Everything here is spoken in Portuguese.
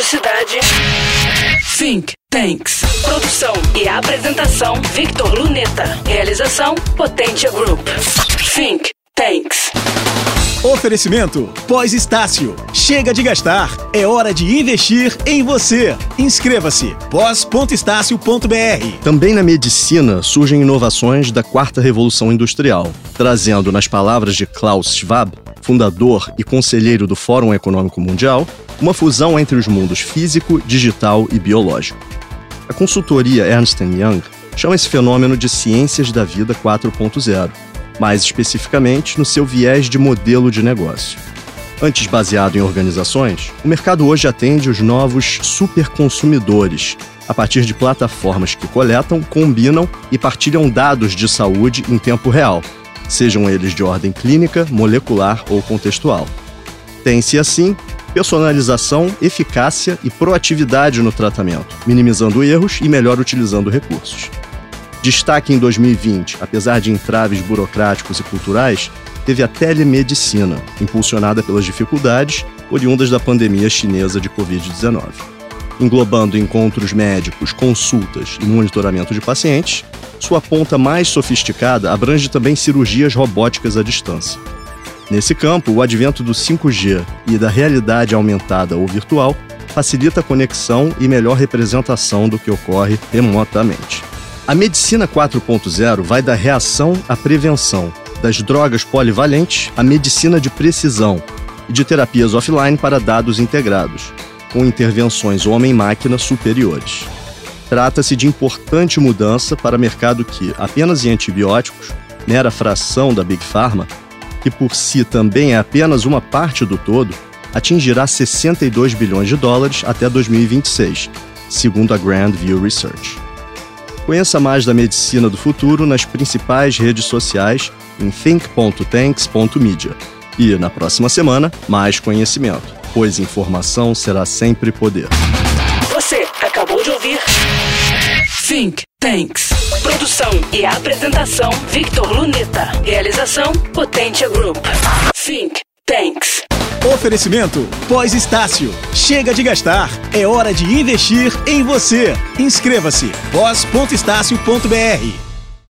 Periodicidade Think Tanks. Produção e apresentação Victor Luneta. Realização Potentia Group. Think Tanks. Oferecimento Pós-Estácio. Chega de gastar. É hora de investir em você. Inscreva-se. pós.estácio.br. Também na medicina surgem inovações da quarta revolução industrial, trazendo, nas palavras de Klaus Schwab, fundador e conselheiro do Fórum Econômico Mundial, uma fusão entre os mundos físico, digital e biológico. A consultoria Ernst & Young chama esse fenômeno de Ciências da Vida 4.0, mais especificamente no seu viés de modelo de negócio. Antes baseado em organizações, o mercado hoje atende os novos superconsumidores, a partir de plataformas que coletam, combinam e partilham dados de saúde em tempo real, sejam eles de ordem clínica, molecular ou contextual. Tem-se, assim, personalização, eficácia e proatividade no tratamento, minimizando erros e melhor utilizando recursos. Destaque em 2020, apesar de entraves burocráticos e culturais, teve a telemedicina, impulsionada pelas dificuldades oriundas da pandemia chinesa de Covid-19. Englobando encontros médicos, consultas e monitoramento de pacientes, sua ponta mais sofisticada abrange também cirurgias robóticas à distância. Nesse campo, o advento do 5G e da realidade aumentada ou virtual facilita a conexão e melhor representação do que ocorre remotamente. A medicina 4.0 vai da reação à prevenção, das drogas polivalentes à medicina de precisão e de terapias offline para dados integrados, com intervenções homem-máquina superiores. Trata-se de importante mudança para mercado que, apenas em antibióticos, mera fração da Big Pharma, que por si também é apenas uma parte do todo, atingirá 62 bilhões de dólares até 2026, segundo a Grand View Research. Conheça mais da medicina do futuro nas principais redes sociais em think.tanks.media. E, na próxima semana, mais conhecimento, pois informação será sempre poder. Você acabou de ouvir Think Tanks. Produção e apresentação Victor Luneta. Realização Potentia Group. Think Tanks. Oferecimento Pós-Estácio. Chega de gastar. É hora de investir em você. Inscreva-se. pós.estácio.br.